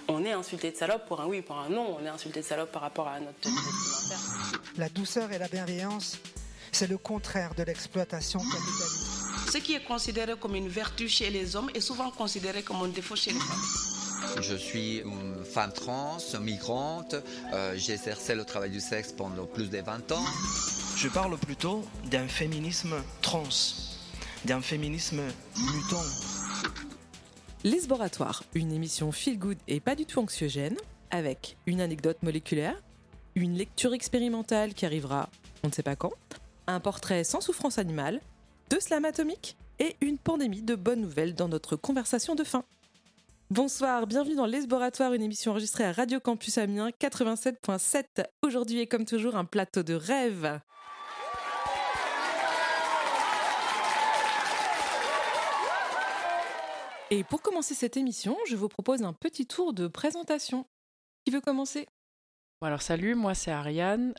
On est insulté de salope pour un oui, pour un non. On est insulté de salope par rapport à notre tenue vestimentaire. La douceur et la bienveillance, c'est le contraire de l'exploitation capitaliste. Ce qui est considéré comme une vertu chez les hommes est souvent considéré comme un défaut chez les femmes. Je suis une femme trans, migrante, j'ai exercé le travail du sexe pendant plus de 20 ans. Je parle plutôt d'un féminisme trans, d'un féminisme mutant. Lesboratoire, une émission feel good et pas du tout anxiogène, avec une anecdote moléculaire, une lecture expérimentale qui arrivera on ne sait pas quand, un portrait sans souffrance animale, 2 slams atomiques et une pandémie de bonnes nouvelles dans notre conversation de fin. Bonsoir, bienvenue dans Lesboratoire, une émission enregistrée à Radio Campus Amiens 87.7. Aujourd'hui est comme toujours un plateau de rêve. Et pour commencer cette émission, je vous propose un petit tour de présentation. Qui veut commencer ? Alors salut, moi c'est Ariane.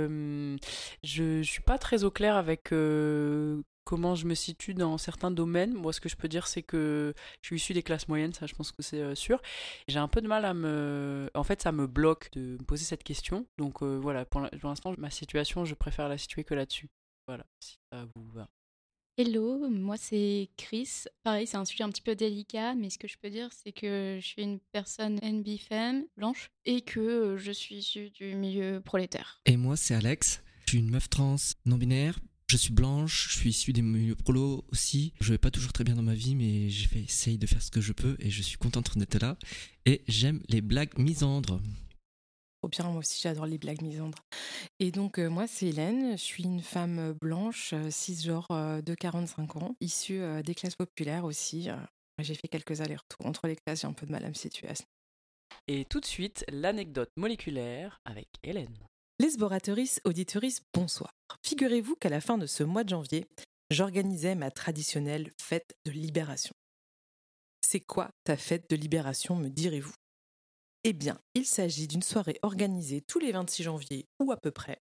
Je suis pas très au clair avec comment je me situe dans certains domaines. Moi, ce que je peux dire, c'est que je suis issue des classes moyennes, ça je pense que c'est sûr. J'ai un peu de mal En fait, ça me bloque de me poser cette question. Donc voilà, pour l'instant, ma situation, je préfère la situer que là-dessus. Voilà, si ça vous va. Hello, moi c'est Chris. Pareil, c'est un sujet un petit peu délicat, mais ce que je peux dire, c'est que je suis une personne NB femme, blanche, et que je suis issue du milieu prolétaire. Et moi c'est Alex, je suis une meuf trans non-binaire, je suis blanche, je suis issue des milieux prolos aussi. Je vais pas toujours très bien dans ma vie, mais j'essaye de faire ce que je peux et je suis contente d'être là. Et j'aime les blagues misandres. Trop bien, moi aussi j'adore les blagues misandres. Et donc moi c'est Hélène, je suis une femme blanche, cisgenre de 45 ans, issue des classes populaires aussi. J'ai fait quelques allers-retours entre les classes, j'ai un peu de mal à me situer à ce niveau. Et tout de suite, l'anecdote moléculaire avec Hélène. Lesboratrices, auditrices, bonsoir. Figurez-vous qu'à la fin de ce mois de janvier, j'organisais ma traditionnelle fête de libération. C'est quoi ta fête de libération, me direz-vous ? Eh bien, il s'agit d'une soirée organisée tous les 26 janvier, ou à peu près.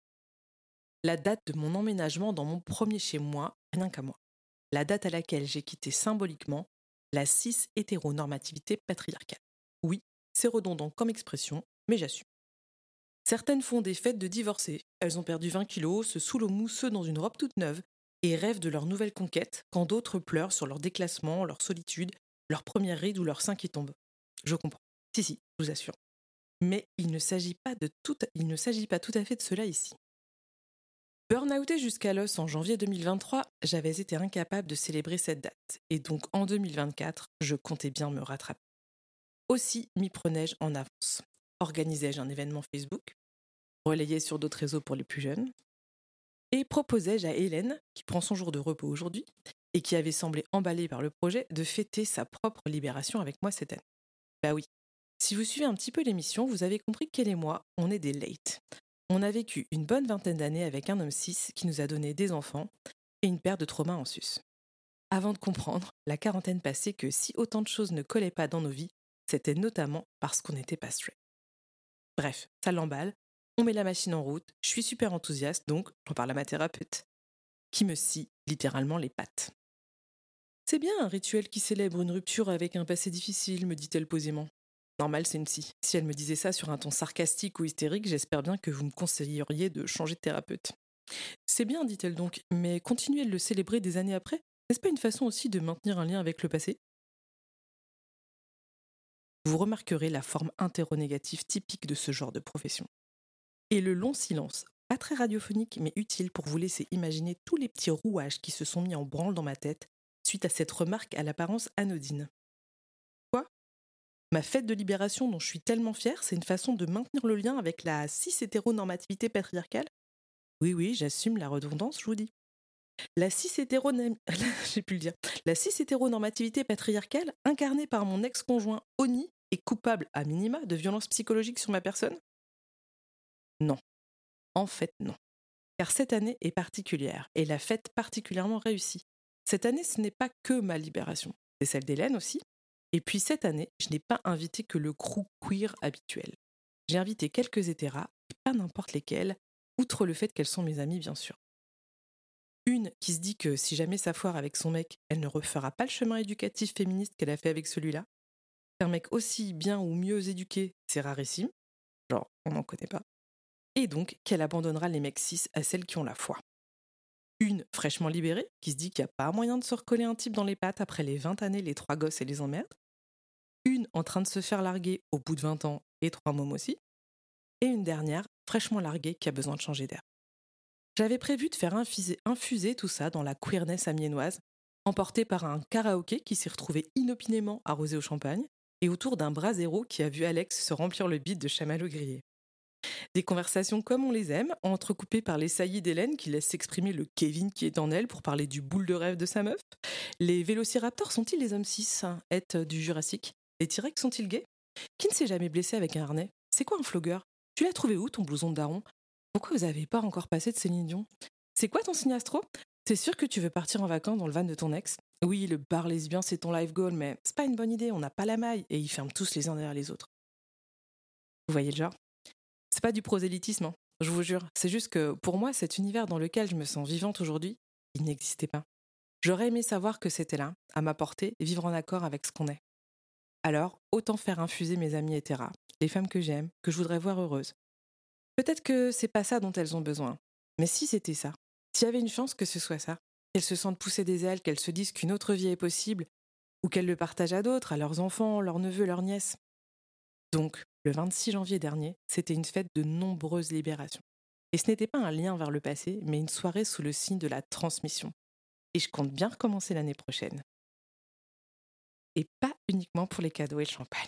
La date de mon emménagement dans mon premier chez moi, rien qu'à moi. La date à laquelle j'ai quitté symboliquement la cis-hétéronormativité patriarcale. Oui, c'est redondant comme expression, mais j'assume. Certaines font des fêtes de divorcés. Elles ont perdu 20 kilos, se saoulent au mousseux dans une robe toute neuve et rêvent de leur nouvelle conquête, quand d'autres pleurent sur leur déclassement, leur solitude, leur première ride ou leur sein qui tombe. Je comprends. Si, je vous assure. Mais il ne s'agit pas tout à fait de cela ici. Burn-outé jusqu'à l'os en janvier 2023, j'avais été incapable de célébrer cette date. Et donc en 2024, je comptais bien me rattraper. Aussi m'y prenais-je en avance. Organisais-je un événement Facebook, relayé sur d'autres réseaux pour les plus jeunes, et proposais-je à Hélène, qui prend son jour de repos aujourd'hui, et qui avait semblé emballée par le projet, de fêter sa propre libération avec moi cette année. Bah oui. Si vous suivez un petit peu l'émission, vous avez compris qu'elle et moi, on est des late. On a vécu une bonne vingtaine d'années avec un homme cis qui nous a donné des enfants et une paire de traumas en sus. Avant de comprendre, la quarantaine passée, que si autant de choses ne collaient pas dans nos vies, c'était notamment parce qu'on n'était pas straight. Bref, ça l'emballe, on met la machine en route, je suis super enthousiaste, donc j'en parle à ma thérapeute, qui me scie littéralement les pattes. C'est bien un rituel qui célèbre une rupture avec un passé difficile, me dit-elle posément. Normal, c'est une psy. Si elle me disait ça sur un ton sarcastique ou hystérique, j'espère bien que vous me conseilleriez de changer de thérapeute. C'est bien, dit-elle donc, mais continuer de le célébrer des années après, n'est-ce pas une façon aussi de maintenir un lien avec le passé ? Vous remarquerez la forme hétéronégative typique de ce genre de profession. Et le long silence, pas très radiophonique mais utile pour vous laisser imaginer tous les petits rouages qui se sont mis en branle dans ma tête suite à cette remarque à l'apparence anodine. Quoi ? Ma fête de libération dont je suis tellement fière, c'est une façon de maintenir le lien avec la cis-hétéronormativité patriarcale ? Oui, j'assume la redondance, je vous dis. La cis-hétéronormativité patriarcale, incarnée par mon ex-conjoint Oni, est coupable à minima de violences psychologiques sur ma personne ? Non. En fait, non. Car cette année est particulière, et la fête particulièrement réussie. Cette année, ce n'est pas que ma libération, c'est celle d'Hélène aussi. Et puis cette année, je n'ai pas invité que le crew queer habituel. J'ai invité quelques hétéras, et pas n'importe lesquelles, outre le fait qu'elles sont mes amies bien sûr. Une qui se dit que si jamais ça foire avec son mec, elle ne refera pas le chemin éducatif féministe qu'elle a fait avec celui-là. qu'un mec aussi bien ou mieux éduqué, c'est rarissime, genre on n'en connaît pas, et donc qu'elle abandonnera les mecs cis à celles qui ont la foi. Une fraîchement libérée, qui se dit qu'il n'y a pas moyen de se recoller un type dans les pattes après les 20 années, les 3 gosses et les emmerdes. Une en train de se faire larguer au bout de 20 ans et 3 mômes aussi. Et une dernière, fraîchement larguée, qui a besoin de changer d'air. J'avais prévu de faire infuser tout ça dans la queerness amiénoise, emporté par un karaoké qui s'est retrouvé inopinément arrosé au champagne et autour d'un brasero qui a vu Alex se remplir le bide de chamallows grillés. Des conversations comme on les aime, entrecoupées par les saillies d'Hélène qui laisse s'exprimer le Kevin qui est en elle pour parler du boule de rêve de sa meuf. Les vélociraptors sont-ils les hommes cis, du Jurassique? Les T-Rex sont-ils gays? Qui ne s'est jamais blessé avec un harnais? C'est quoi un flogger? Tu l'as trouvé où ton blouson de daron? Pourquoi vous avez pas encore passé de Céline Dion? C'est quoi ton signe astro? T'es sûr que tu veux partir en vacances dans le van de ton ex? Oui, le bar lesbien c'est ton life goal, mais c'est pas une bonne idée, on n'a pas la maille, et ils ferment tous les uns derrière les autres. Vous voyez le genre? C'est pas du prosélytisme, hein, je vous jure. C'est juste que pour moi, cet univers dans lequel je me sens vivante aujourd'hui, il n'existait pas. J'aurais aimé savoir que c'était là, à ma portée, et vivre en accord avec ce qu'on est. Alors, autant faire infuser mes amies hétéras, les femmes que j'aime, que je voudrais voir heureuses. Peut-être que c'est pas ça dont elles ont besoin, mais si c'était ça, s'il y avait une chance que ce soit ça, qu'elles se sentent pousser des ailes, qu'elles se disent qu'une autre vie est possible, ou qu'elles le partagent à d'autres, à leurs enfants, leurs neveux, leurs nièces. Donc, le 26 janvier dernier, c'était une fête de nombreuses libérations. Et ce n'était pas un lien vers le passé, mais une soirée sous le signe de la transmission. Et je compte bien recommencer l'année prochaine. Et pas uniquement pour les cadeaux et le champagne.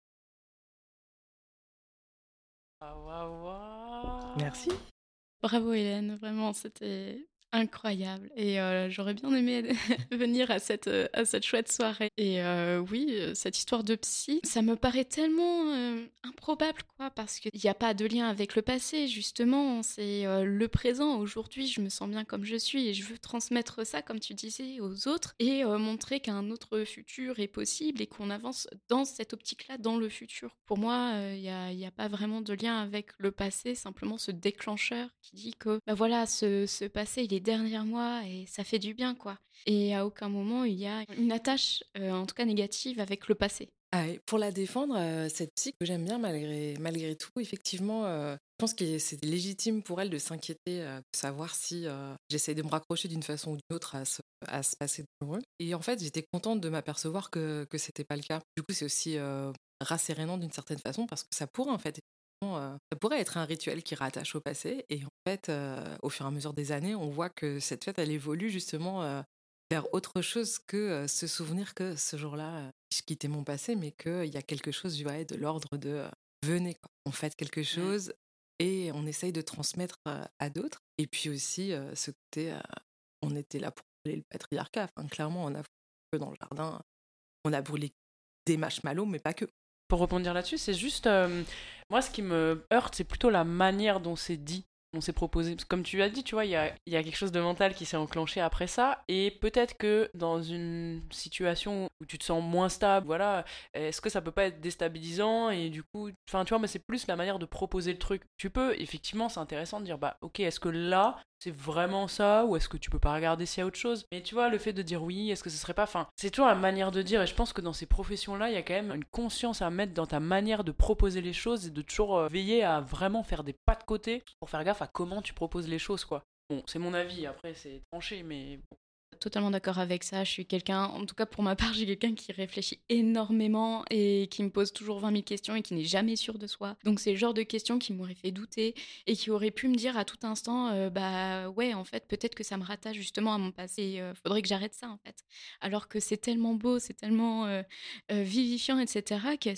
Merci. Bravo Hélène, vraiment, c'était incroyable. Et j'aurais bien aimé venir à cette chouette soirée. Et oui, cette histoire de psy, ça me paraît tellement improbable, quoi, parce qu'il n'y a pas de lien avec le passé, justement. C'est le présent. Aujourd'hui, je me sens bien comme je suis et je veux transmettre ça, comme tu disais, aux autres et montrer qu'un autre futur est possible et qu'on avance dans cette optique-là, dans le futur. Pour moi, il n'y a pas vraiment de lien avec le passé, simplement ce déclencheur qui dit que, bah voilà, ce passé, il est derrière moi et ça fait du bien, quoi. Et à aucun moment, il y a une attache, en tout cas négative, avec le passé. Ah, et pour la défendre, cette psy que j'aime bien malgré tout, effectivement, je pense que c'est légitime pour elle de s'inquiéter, de savoir si j'essaie de me raccrocher d'une façon ou d'une autre à se passer devant eux. Et en fait, j'étais contente de m'apercevoir que c'était pas le cas. Du coup, c'est aussi rassérénant d'une certaine façon parce que ça pourrait en fait ça pourrait être un rituel qui rattache au passé. Et en fait, au fur et à mesure des années, on voit que cette fête, elle évolue justement vers autre chose que se souvenir que ce jour-là, je quittais mon passé, mais qu'il y a quelque chose de l'ordre de venez, quoi. On fête quelque chose et on essaye de transmettre à d'autres. Et puis aussi, ce côté, on était là pour brûler le patriarcat. Enfin, clairement, on a foutu un peu dans le jardin, on a brûlé des marshmallows, mais pas que. Pour rebondir là-dessus, c'est juste... moi, ce qui me heurte, c'est plutôt la manière dont c'est dit, dont c'est proposé. Parce que comme tu as dit, tu vois, il y a quelque chose de mental qui s'est enclenché après ça. Et peut-être que dans une situation où tu te sens moins stable, voilà, est-ce que ça peut pas être déstabilisant? Et du coup, enfin, tu vois, mais c'est plus la manière de proposer le truc. Tu peux, effectivement, c'est intéressant de dire, bah, ok, est-ce que là... c'est vraiment ça, ou est-ce que tu peux pas regarder s'il y a autre chose? Mais tu vois, le fait de dire oui, est-ce que ce serait pas... Enfin, c'est toujours la manière de dire, et je pense que dans ces professions-là, il y a quand même une conscience à mettre dans ta manière de proposer les choses et de toujours veiller à vraiment faire des pas de côté pour faire gaffe à comment tu proposes les choses, quoi. Bon, c'est mon avis, après c'est tranché, mais bon. Totalement d'accord avec ça. Je suis quelqu'un, en tout cas pour ma part, je suis quelqu'un qui réfléchit énormément et qui me pose toujours 20 000 questions et qui n'est jamais sûr de soi. Donc c'est le genre de questions qui m'auraient fait douter et qui auraient pu me dire à tout instant, bah ouais, en fait, peut-être que ça me rattache justement à mon passé. Faudrait que j'arrête ça, en fait. Alors que c'est tellement beau, c'est tellement vivifiant, etc., que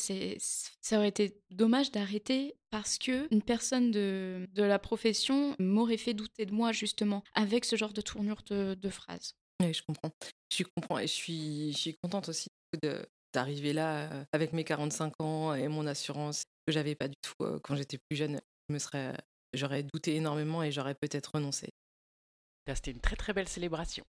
ça aurait été dommage d'arrêter parce que une personne de la profession m'aurait fait douter de moi, justement, avec ce genre de tournure de phrases. Oui, je comprends. Je comprends et je suis contente aussi d'arriver là avec mes 45 ans et mon assurance que j'avais pas du tout quand j'étais plus jeune. J'aurais douté énormément et j'aurais peut-être renoncé. C'était une très très belle célébration.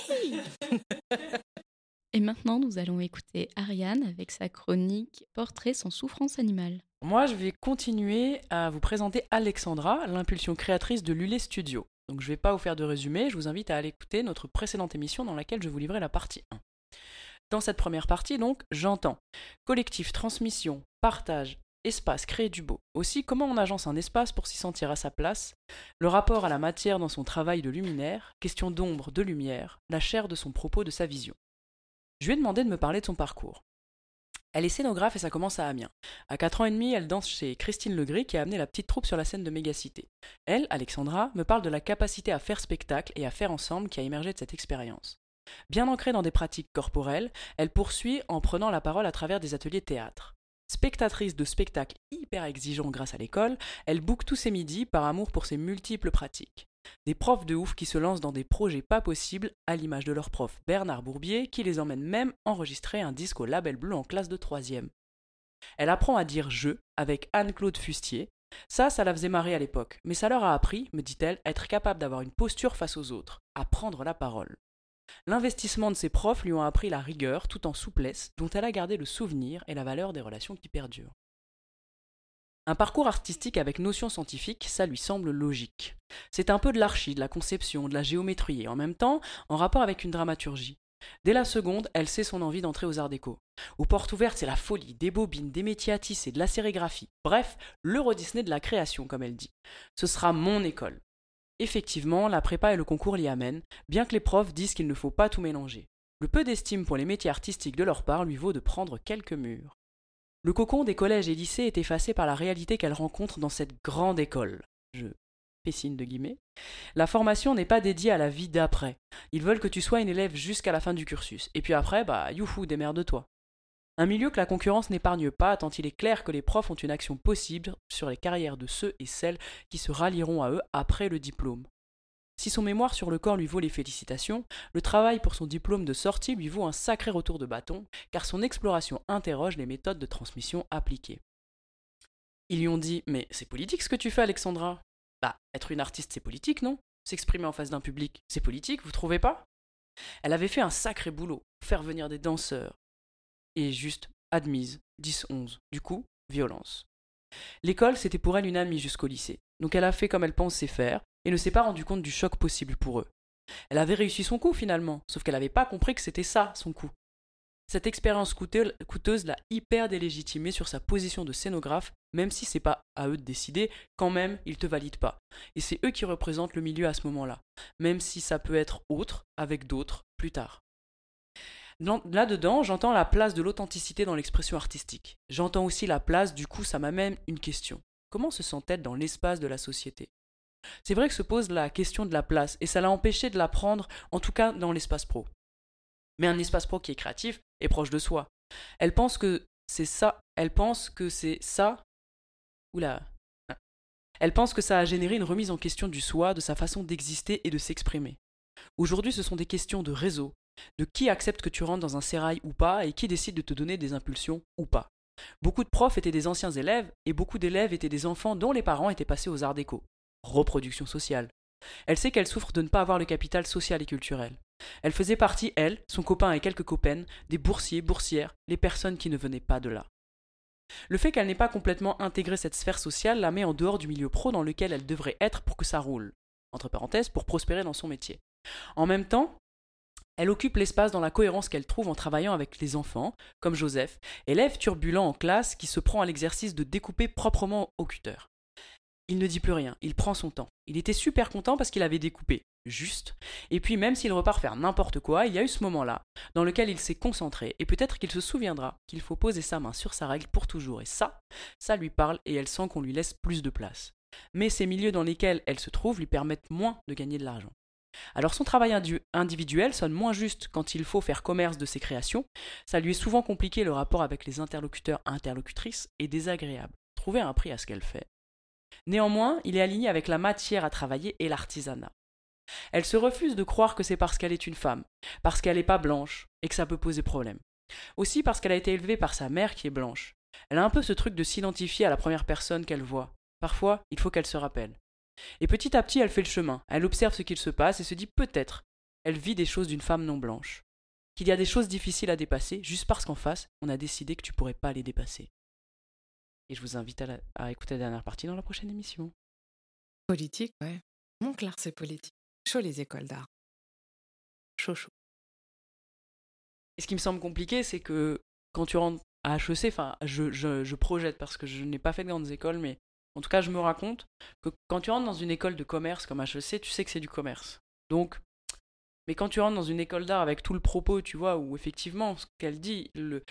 Et maintenant, nous allons écouter Ariane avec sa chronique Portrait sans souffrance animale. Moi, je vais continuer à vous présenter Alexandra, l'impulsion créatrice de Lulé Studio. Donc je ne vais pas vous faire de résumé, je vous invite à aller écouter notre précédente émission dans laquelle je vous livrais la partie 1. Dans cette première partie, donc, j'entends collectif, transmission, partage, espace, créer du beau. Aussi, comment on agence un espace pour s'y sentir à sa place, le rapport à la matière dans son travail de luminaire, question d'ombre, de lumière, la chair de son propos, de sa vision. Je lui ai demandé de me parler de son parcours. Elle est scénographe et ça commence à Amiens. À 4 ans et demi, elle danse chez Christine Legris qui a amené la petite troupe sur la scène de Mégacité. Elle, Alexandra, me parle de la capacité à faire spectacle et à faire ensemble qui a émergé de cette expérience. Bien ancrée dans des pratiques corporelles, elle poursuit en prenant la parole à travers des ateliers théâtre. Spectatrice de spectacles hyper exigeants grâce à l'école, elle boucle tous ses midis par amour pour ses multiples pratiques. Des profs de ouf qui se lancent dans des projets pas possibles, à l'image de leur prof Bernard Bourbier, qui les emmène même enregistrer un disque au Label Bleu en classe de 3e. Elle apprend à dire « je » avec Anne-Claude Fustier. Ça la faisait marrer à l'époque, mais ça leur a appris, me dit-elle, à être capable d'avoir une posture face aux autres, à prendre la parole. L'investissement de ses profs lui ont appris la rigueur tout en souplesse, dont elle a gardé le souvenir et la valeur des relations qui perdurent. Un parcours artistique avec notions scientifiques, ça lui semble logique. C'est un peu de l'archi, de la conception, de la géométrie, et en même temps, en rapport avec une dramaturgie. Dès la seconde, elle sait son envie d'entrer aux arts déco. Aux portes ouvertes, c'est la folie, des bobines, des métiers à tisser, de la sérigraphie. Bref, l'Euro Disney de la création, comme elle dit. Ce sera mon école. Effectivement, la prépa et le concours l'y amènent, bien que les profs disent qu'il ne faut pas tout mélanger. Le peu d'estime pour les métiers artistiques de leur part lui vaut de prendre quelques murs. Le cocon des collèges et lycées est effacé par la réalité qu'elle rencontre dans cette grande école. Je fais signe de guillemets. La formation n'est pas dédiée à la vie d'après. Ils veulent que tu sois une élève jusqu'à la fin du cursus. Et puis après, youhou, démerde-toi. Un milieu que la concurrence n'épargne pas, tant il est clair que les profs ont une action possible sur les carrières de ceux et celles qui se rallieront à eux après le diplôme. Si son mémoire sur le corps lui vaut les félicitations, le travail pour son diplôme de sortie lui vaut un sacré retour de bâton, car son exploration interroge les méthodes de transmission appliquées. Ils lui ont dit « Mais c'est politique ce que tu fais, Alexandra ?» Être une artiste, c'est politique, non ? S'exprimer en face d'un public, c'est politique, vous trouvez pas ? Elle avait fait un sacré boulot, faire venir des danseurs. Et juste admise, 10-11. Du coup, violence. L'école, c'était pour elle une amie jusqu'au lycée. Donc elle a fait comme elle pensait faire, et ne s'est pas rendu compte du choc possible pour eux. Elle avait réussi son coup finalement, sauf qu'elle n'avait pas compris que c'était ça, son coup. Cette expérience coûteuse l'a hyper délégitimée sur sa position de scénographe, même si c'est pas à eux de décider, quand même, ils te valident pas. Et c'est eux qui représentent le milieu à ce moment-là, même si ça peut être autre, avec d'autres, plus tard. Là-dedans, j'entends la place de l'authenticité dans l'expression artistique. J'entends aussi la place, du coup, ça m'amène une question. Comment se sent-elle dans l'espace de la société ? C'est vrai que se pose la question de la place, et ça l'a empêché de la prendre, en tout cas dans l'espace pro. Mais un espace pro qui est créatif est proche de soi. Elle pense que c'est ça. Elle pense que ça a généré une remise en question du soi, de sa façon d'exister et de s'exprimer. Aujourd'hui, ce sont des questions de réseau, de qui accepte que tu rentres dans un sérail ou pas et qui décide de te donner des impulsions ou pas. Beaucoup de profs étaient des anciens élèves et beaucoup d'élèves étaient des enfants dont les parents étaient passés aux arts déco. Reproduction sociale. Elle sait qu'elle souffre de ne pas avoir le capital social et culturel. Elle faisait partie, elle, son copain et quelques copaines, des boursiers, boursières, les personnes qui ne venaient pas de là. Le fait qu'elle n'ait pas complètement intégré cette sphère sociale la met en dehors du milieu pro dans lequel elle devrait être pour que ça roule. Entre parenthèses, pour prospérer dans son métier. En même temps, elle occupe l'espace dans la cohérence qu'elle trouve en travaillant avec les enfants, comme Joseph, élève turbulent en classe qui se prend à l'exercice de découper proprement au cutter. Il ne dit plus rien, il prend son temps. Il était super content parce qu'il avait découpé, juste. Et puis même s'il repart faire n'importe quoi, il y a eu ce moment-là, dans lequel il s'est concentré, et peut-être qu'il se souviendra qu'il faut poser sa main sur sa règle pour toujours, et ça lui parle, et elle sent qu'on lui laisse plus de place. Mais ces milieux dans lesquels elle se trouve lui permettent moins de gagner de l'argent. Alors son travail individuel sonne moins juste quand il faut faire commerce de ses créations, ça lui est souvent compliqué, le rapport avec les interlocuteurs/interlocutrices est désagréable. Trouver un prix à ce qu'elle fait. Néanmoins, il est aligné avec la matière à travailler et l'artisanat. Elle se refuse de croire que c'est parce qu'elle est une femme, parce qu'elle n'est pas blanche, et que ça peut poser problème. Aussi parce qu'elle a été élevée par sa mère qui est blanche. Elle a un peu ce truc de s'identifier à la première personne qu'elle voit. Parfois, il faut qu'elle se rappelle. Et petit à petit, elle fait le chemin. Elle observe ce qu'il se passe et se dit peut-être, elle vit des choses d'une femme non blanche. Qu'il y a des choses difficiles à dépasser, juste parce qu'en face, on a décidé que tu pourrais pas les dépasser. Et je vous invite à écouter la dernière partie dans la prochaine émission. Politique, ouais. Montclar, c'est politique. Chaud les écoles d'art. Chaud. Et ce qui me semble compliqué, c'est que quand tu rentres à HEC, enfin, je projette parce que je n'ai pas fait de grandes écoles, mais en tout cas, je me raconte que quand tu rentres dans une école de commerce comme HEC, tu sais que c'est du commerce. Donc, mais quand tu rentres dans une école d'art avec tout le propos, tu vois, où effectivement, ce qu'elle dit,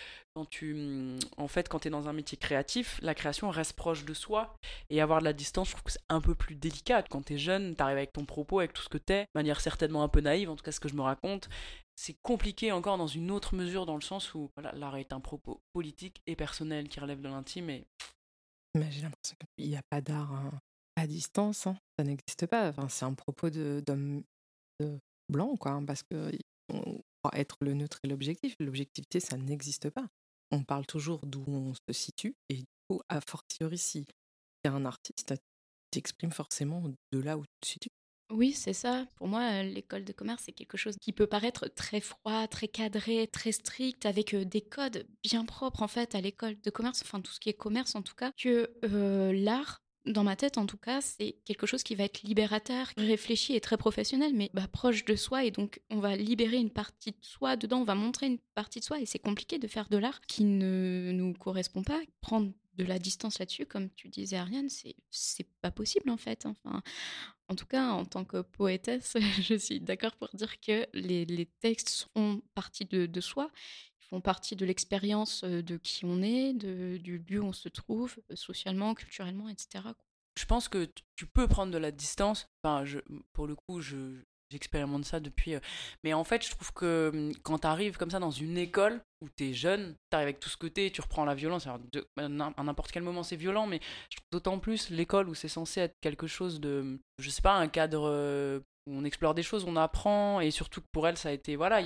quand tu es dans un métier créatif, la création reste proche de soi, et avoir de la distance, je trouve que c'est un peu plus délicat. Quand tu es jeune, tu arrives avec ton propos, avec tout ce que tu es, de manière certainement un peu naïve, en tout cas ce que je me raconte. C'est compliqué encore dans une autre mesure, dans le sens où voilà, l'art est un propos politique et personnel qui relève de l'intime. Et Mais j'ai l'impression qu'il n'y a pas d'art à distance, hein. Ça n'existe pas. Enfin, c'est un propos d'homme blanc, quoi, hein, parce que on croit être le neutre et l'objectif. L'objectivité, ça n'existe pas. On parle toujours d'où on se situe, et du coup, a fortiori, si tu es un artiste, t'exprimes forcément de là où tu te situes. Oui, c'est ça. Pour moi, l'école de commerce, c'est quelque chose qui peut paraître très froid, très cadré, très strict, avec des codes bien propres, en fait, à l'école de commerce, enfin, tout ce qui est commerce, en tout cas, que l'art, dans ma tête, en tout cas, c'est quelque chose qui va être libérateur, réfléchi et très professionnel, mais proche de soi, et donc on va libérer une partie de soi dedans, on va montrer une partie de soi, et c'est compliqué de faire de l'art qui ne nous correspond pas. Prendre de la distance là-dessus, comme tu disais, Ariane, c'est pas possible, en fait. Enfin, en tout cas, en tant que poétesse, je suis d'accord pour dire que les textes font partie de soi, ils font partie de l'expérience de qui on est, du lieu où on se trouve, socialement, culturellement, etc. je pense que tu peux prendre de la distance. Enfin, pour le coup, j'expérimente ça depuis. Mais en fait, je trouve que quand tu arrives comme ça dans une école où tu es jeune, tu arrives avec tout ce que tu reprends la violence. Alors, à n'importe quel moment, c'est violent, mais je trouve d'autant plus l'école où c'est censé être quelque chose de, je sais pas, un cadre où on explore des choses, on apprend, et surtout que pour elle, ça a été, voilà,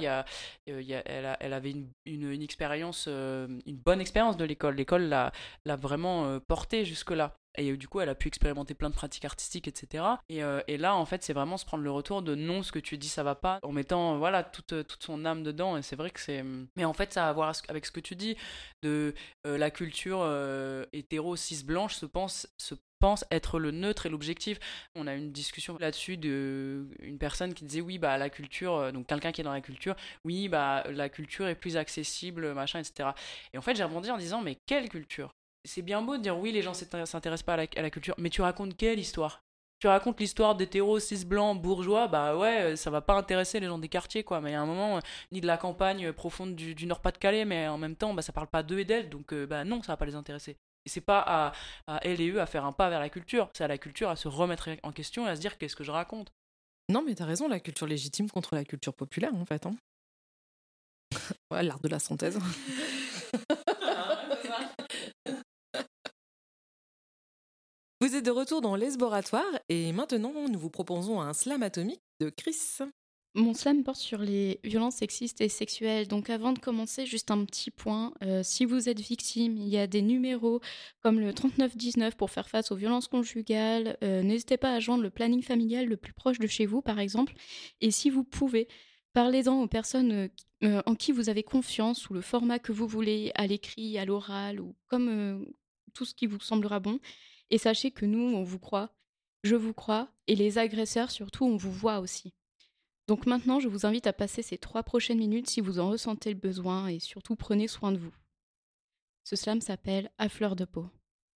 elle avait une expérience, une bonne expérience de l'école. L'école l'a vraiment portée jusque-là. Et du coup, elle a pu expérimenter plein de pratiques artistiques, etc. Et là, en fait, c'est vraiment se prendre le retour de non, ce que tu dis, ça va pas, en mettant voilà, toute son âme dedans. Et c'est vrai que c'est. Mais en fait, ça a à voir avec ce que tu dis de la culture hétéro, cis, blanche se pense être le neutre et l'objectif. On a eu une discussion là-dessus d'une personne qui disait oui, bah la culture, donc quelqu'un qui est dans la culture, oui, bah la culture est plus accessible, machin, etc. Et en fait, j'ai rebondi en disant, mais quelle culture? C'est bien beau de dire oui, les gens s'intéressent pas à la culture, mais tu racontes quelle histoire? Tu racontes l'histoire d'hétéros, cis, blancs, bourgeois, bah ouais, ça va pas intéresser les gens des quartiers, quoi. Mais à un moment, ni de la campagne profonde du Nord-Pas-de-Calais, mais en même temps, bah ça parle pas d'eux et d'elles, donc bah non, ça va pas les intéresser. Et c'est pas à elle et eux à faire un pas vers la culture, c'est à la culture à se remettre en question et à se dire qu'est-ce que je raconte. Non, mais t'as raison, la culture légitime contre la culture populaire, en fait. Hein. Ouais, l'art de la synthèse. Vous êtes de retour dans l'Esboratoire, et maintenant, nous vous proposons un slam atomique de Chris. Mon slam porte sur les violences sexistes et sexuelles. Donc avant de commencer, juste un petit point. Si vous êtes victime, il y a des numéros comme le 3919 pour faire face aux violences conjugales. N'hésitez pas à joindre le planning familial le plus proche de chez vous, par exemple. Et si vous pouvez, parlez-en aux personnes en qui vous avez confiance, sous le format que vous voulez, à l'écrit, à l'oral, ou comme tout ce qui vous semblera bon. Et sachez que nous, on vous croit, je vous crois, et les agresseurs, surtout, on vous voit aussi. Donc maintenant, je vous invite à passer ces 3 prochaines minutes si vous en ressentez le besoin, et surtout prenez soin de vous. Ce slam s'appelle « À fleur de peau ».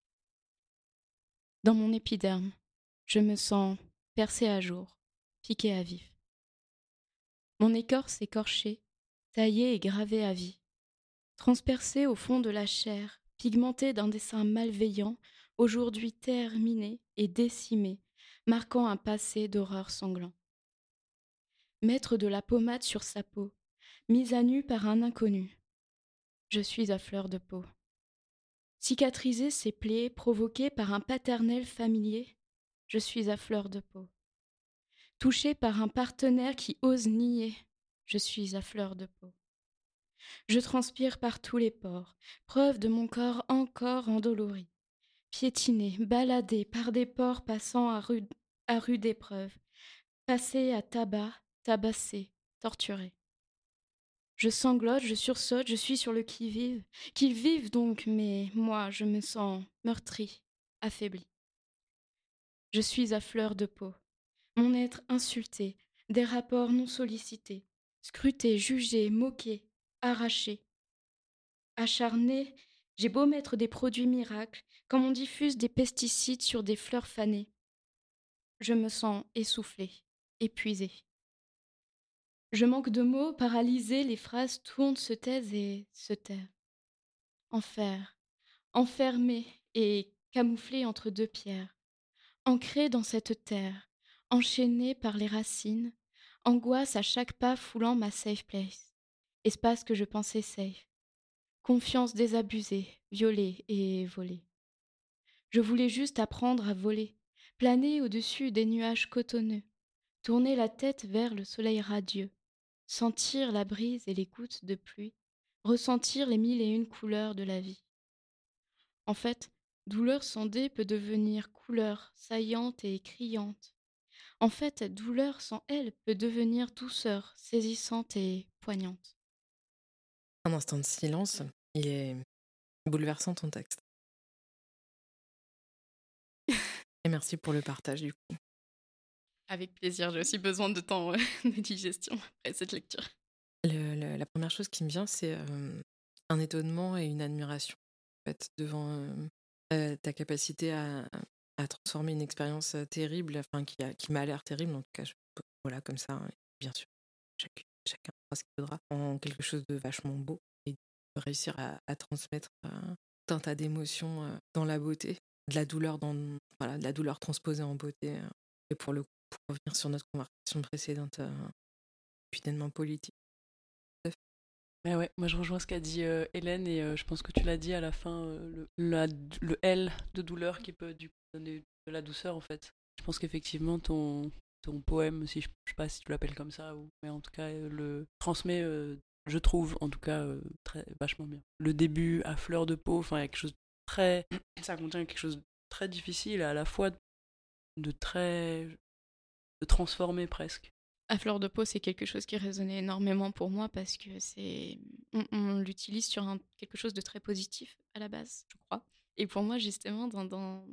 Dans mon épiderme, je me sens percée à jour, piquée à vif. Mon écorce écorchée, taillée et gravée à vie, transpercée au fond de la chair, pigmentée d'un dessin malveillant, aujourd'hui terminé et décimé, marquant un passé d'horreur sanglant. Mettre de la pommade sur sa peau, mise à nu par un inconnu. Je suis à fleur de peau. Cicatriser ses plaies provoquées par un paternel familier. Je suis à fleur de peau. Touchée par un partenaire qui ose nier. Je suis à fleur de peau. Je transpire par tous les pores, preuve de mon corps encore endolori. Piétiné, baladé par des pores passant à rude épreuve. Passé à tabac, tabassé, torturé. Je sanglote, je sursaute, je suis sur le qui-vive. Qu'ils vivent donc, mais moi, je me sens meurtrie, affaiblie. Je suis à fleur de peau. Mon être insulté, des rapports non sollicités, scruté, jugé, moqué, arrachée. Acharnée, j'ai beau mettre des produits miracles, comme on diffuse des pesticides sur des fleurs fanées. Je me sens essoufflée, épuisée. Je manque de mots, paralysée, les phrases tournent, se taisent et se tairent. Enfer, enfermée et camouflée entre deux pierres, ancrée dans cette terre, enchaînée par les racines, angoisse à chaque pas foulant ma safe place, espace que je pensais safe. Confiance désabusée, violée et volée. Je voulais juste apprendre à voler, planer au-dessus des nuages cotonneux, tourner la tête vers le soleil radieux, sentir la brise et les gouttes de pluie, ressentir les 1001 couleurs de la vie. En fait, douleur sondée peut devenir couleur saillante et criante. En fait, douleur sans elle peut devenir douceur saisissante et poignante. Un instant de silence, il est bouleversant ton texte. Et merci pour le partage du coup. Avec plaisir, j'ai aussi besoin de temps de digestion après cette lecture. La première chose qui me vient, c'est un étonnement et une admiration en fait, devant ta capacité à transformer une expérience terrible, enfin qui m'a l'air terrible en tout cas, voilà comme ça, hein, bien sûr, chacun fera ce qu'il faudra, en quelque chose de vachement beau et de réussir à transmettre tout un tas d'émotions dans la beauté, de la douleur de la douleur transposée en beauté et pour revenir sur notre conversation précédente, puissamment politique. Mais ouais, moi je rejoins ce qu'a dit Hélène et je pense que tu l'as dit à la fin, le L de douleur qui peut du coup donner de la douceur en fait. Je pense qu'effectivement ton poème, si je sais pas si tu l'appelles comme ça, mais en tout cas le transmet, je trouve en tout cas vachement bien. Le début à fleur de peau, enfin il y a quelque chose de très, ça contient quelque chose de très difficile et à la fois de transformé presque. À fleur de peau, c'est quelque chose qui résonnait énormément pour moi parce que on l'utilise sur quelque chose de très positif à la base, je crois. Et pour moi, justement, dans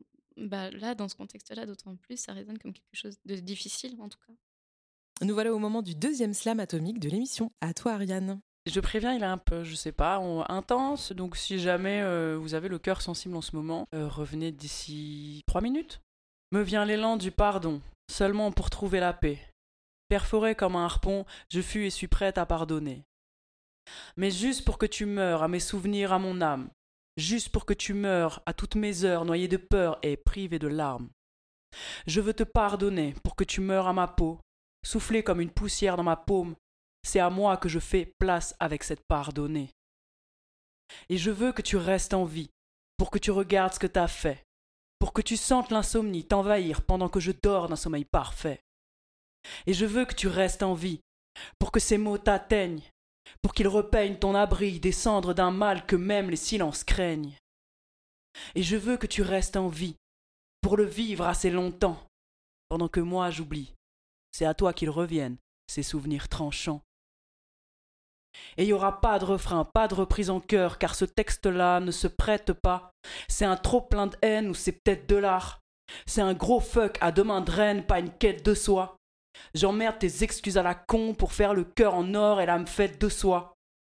ce contexte-là, d'autant plus, ça résonne comme quelque chose de difficile, en tout cas. Nous voilà au moment du deuxième slam atomique de l'émission. À toi, Ariane. Je préviens, il est un peu, je sais pas, intense. Donc si jamais vous avez le cœur sensible en ce moment, revenez d'ici 3 minutes. Me vient l'élan du pardon, seulement pour trouver la paix. Perforé comme un harpon, je fus et suis prête à pardonner. Mais juste pour que tu meures à mes souvenirs, à mon âme. Juste pour que tu meures à toutes mes heures noyées de peur et privées de larmes. Je veux te pardonner pour que tu meures à ma peau, soufflé comme une poussière dans ma paume. C'est à moi que je fais place avec cette pardonnée. Et je veux que tu restes en vie, pour que tu regardes ce que t'as fait, pour que tu sentes l'insomnie t'envahir pendant que je dors d'un sommeil parfait. Et je veux que tu restes en vie, pour que ces mots t'atteignent, pour qu'ils repeignent ton abri des cendres d'un mal que même les silences craignent. Et je veux que tu restes en vie, pour le vivre assez longtemps, pendant que moi j'oublie. C'est à toi qu'ils reviennent, ces souvenirs tranchants. Et il n'y aura pas de refrain, pas de reprise en chœur, car ce texte-là ne se prête pas. C'est un trop plein de haine ou c'est peut-être de l'art. C'est un gros fuck à deux mains de reine, pas une quête de soi. J'emmerde tes excuses à la con pour faire le cœur en or et l'âme faite de soie.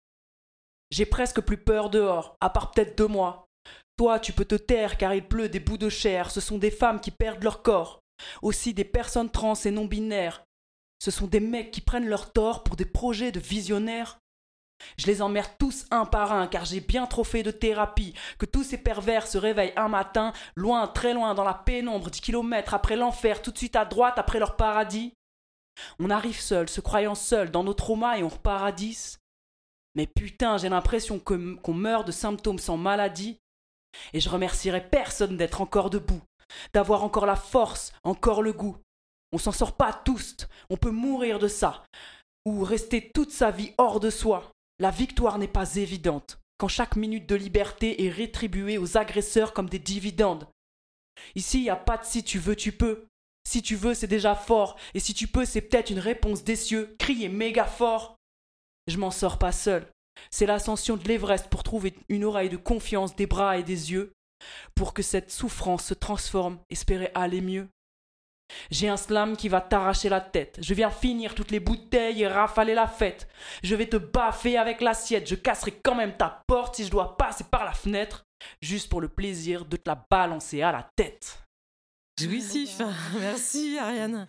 J'ai presque plus peur dehors, à part peut-être de moi. Toi, tu peux te taire car il pleut des bouts de chair. Ce sont des femmes qui perdent leur corps. Aussi des personnes trans et non-binaires. Ce sont des mecs qui prennent leur tort pour des projets de visionnaires. Je les emmerde tous un par un car j'ai bien trop fait de thérapie. Que tous ces pervers se réveillent un matin, loin, très loin, dans la pénombre, 10 kilomètres après l'enfer, tout de suite à droite après leur paradis. On arrive seul, se croyant seul, dans nos traumas et on repart à 10. Mais putain, j'ai l'impression qu'on meurt de symptômes sans maladie. Et je remercierai personne d'être encore debout, d'avoir encore la force, encore le goût. On s'en sort pas tous, on peut mourir de ça, ou rester toute sa vie hors de soi. La victoire n'est pas évidente, quand chaque minute de liberté est rétribuée aux agresseurs comme des dividendes. Ici, il n'y a pas de si tu veux, tu peux. Si tu veux, c'est déjà fort, et si tu peux, c'est peut-être une réponse des cieux, crier méga fort. Je m'en sors pas seul. C'est l'ascension de l'Everest pour trouver une oreille de confiance, des bras et des yeux, pour que cette souffrance se transforme, espérer aller mieux. J'ai un slam qui va t'arracher la tête. Je viens finir toutes les bouteilles et rafaler la fête. Je vais te baffer avec l'assiette. Je casserai quand même ta porte si je dois passer par la fenêtre. Juste pour le plaisir de te la balancer à la tête. Jouissif. Merci, Ariane.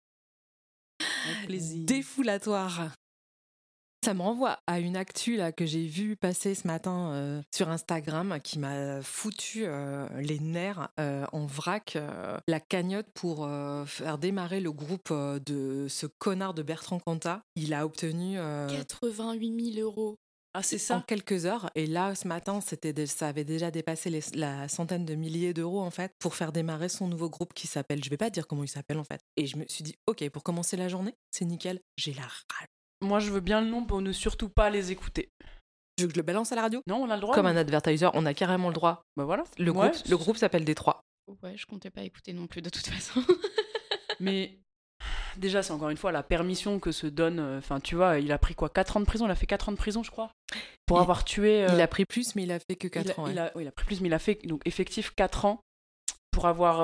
Avec plaisir. Défoulatoire. Ça me renvoie à une actu là, que j'ai vue passer ce matin sur Instagram qui m'a foutu les nerfs en vrac. La cagnotte pour faire démarrer le groupe de ce connard de Bertrand Cantat. Il a obtenu 88 000 euros. Ah, c'est en ça. quelques heures. Et là, ce matin, ça avait déjà dépassé la centaine de milliers d'euros en fait pour faire démarrer son nouveau groupe qui s'appelle, je vais pas dire comment il s'appelle en fait. Et je me suis dit, ok, pour commencer la journée, c'est nickel. J'ai la rage. Moi, je veux bien le nom pour ne surtout pas les écouter. Tu veux que je le balance à la radio? Non, on a le droit. Comme un advertiser, on a carrément le droit. Bah voilà. Le groupe s'appelle Détroit. Ouais, je comptais pas écouter non plus de toute façon. Mais déjà, c'est encore une fois la permission que se donne. Enfin, tu vois, il a pris quoi, 4 ans de prison? Il a fait 4 ans de prison, je crois. Pour avoir tué. Il a pris plus, mais il a fait que 4 ans. Il a pris plus, mais il a fait donc effectif 4 ans pour avoir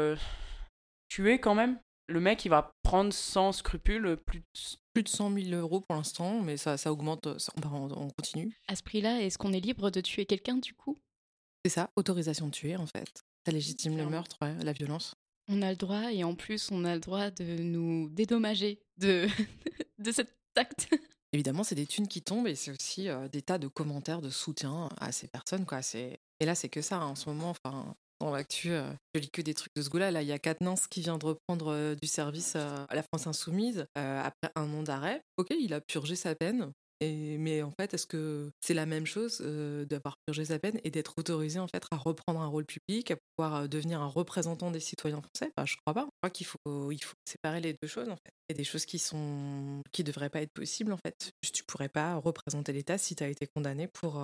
tué quand même. Le mec, il va prendre sans scrupule plus de 100 000 euros pour l'instant, mais ça augmente, on continue. À ce prix-là, est-ce qu'on est libre de tuer quelqu'un du coup? C'est ça, autorisation de tuer en fait. Ça légitime le meurtre, ouais, la violence. On a le droit, et en plus, on a le droit de nous dédommager de cet acte. Évidemment, c'est des thunes qui tombent et c'est aussi des tas de commentaires de soutien à ces personnes, quoi. Et là, c'est que ça, hein, en ce moment, enfin... Dans l'actu, je lis que des trucs de ce goût-là. Là, il y a Quatennens qui vient de reprendre du service à la France Insoumise après 1 an d'arrêt. Ok, il a purgé sa peine. Mais en fait, est-ce que c'est la même chose d'avoir purgé sa peine et d'être autorisé en fait à reprendre un rôle public, à pouvoir devenir un représentant des citoyens français? Je crois pas. Je crois qu'il faut séparer les deux choses en fait. Il y a des choses qui devraient pas être possibles en fait. Tu pourrais pas représenter l'État si tu as été condamné pour